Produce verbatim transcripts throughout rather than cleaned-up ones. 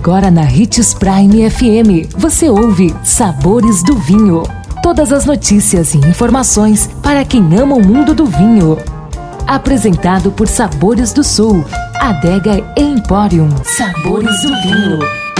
Agora na Hits Prime F M, você ouve Sabores do Vinho. Todas as notícias e informações para quem ama o mundo do vinho. Apresentado por Sabores do Sul, Adega Emporium. Sabores do Vinho.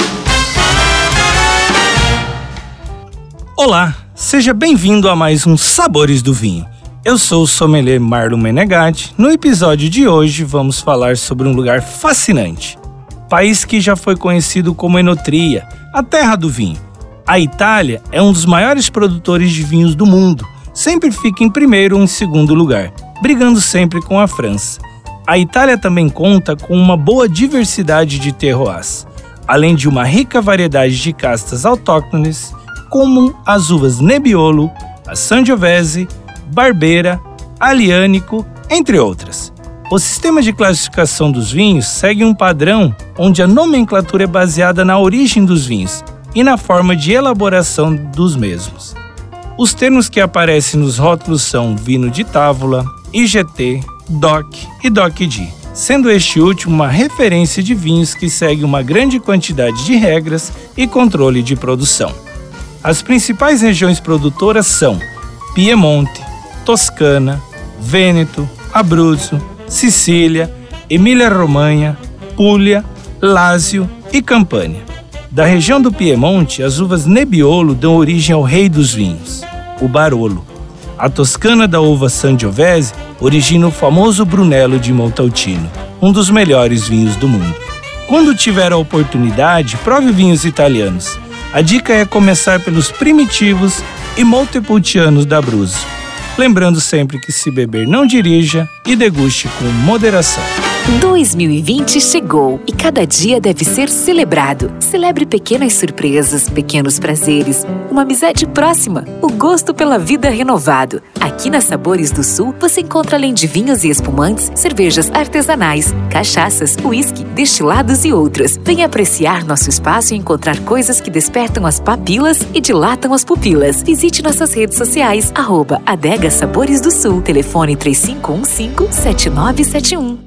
Olá, seja bem-vindo a mais um Sabores do Vinho. Eu sou o sommelier Marlon Menegatti. No episódio de hoje vamos falar sobre um lugar fascinante. País que já foi conhecido como Enotria, a terra do vinho. A Itália é um dos maiores produtores de vinhos do mundo. Sempre fica em primeiro ou em segundo lugar, brigando sempre com a França. A Itália também conta com uma boa diversidade de terroirs, além de uma rica variedade de castas autóctones, como as uvas Nebbiolo, a Sangiovese, Barbera, Aglianico, entre outras. O sistema de classificação dos vinhos segue um padrão onde a nomenclatura é baseada na origem dos vinhos e na forma de elaboração dos mesmos. Os termos que aparecem nos rótulos são Vino di Tavola, I G T, D O C e D O C D, sendo este último uma referência de vinhos que segue uma grande quantidade de regras e controle de produção. As principais regiões produtoras são Piemonte, Toscana, Vêneto, Abruzzo, Sicília, Emília-Romanha, Puglia, Lácio e Campânia. Da região do Piemonte, as uvas Nebbiolo dão origem ao rei dos vinhos, o Barolo. A Toscana da uva Sangiovese origina o famoso Brunello di Montalcino, um dos melhores vinhos do mundo. Quando tiver a oportunidade, prove vinhos italianos. A dica é começar pelos primitivos e montepulcianos da Abruzzo. Lembrando sempre que se beber não dirija e deguste com moderação. dois mil e vinte chegou e cada dia deve ser celebrado. Celebre pequenas surpresas, pequenos prazeres, uma amizade próxima, o gosto pela vida renovado. Aqui na Sabores do Sul você encontra, além de vinhos e espumantes, cervejas artesanais, cachaças, uísque, destilados e outros. Venha apreciar nosso espaço e encontrar coisas que despertam as papilas e dilatam as pupilas. Visite nossas redes sociais, arroba Adega Sabores do Sul, telefone três cinco um cinco, sete nove sete um.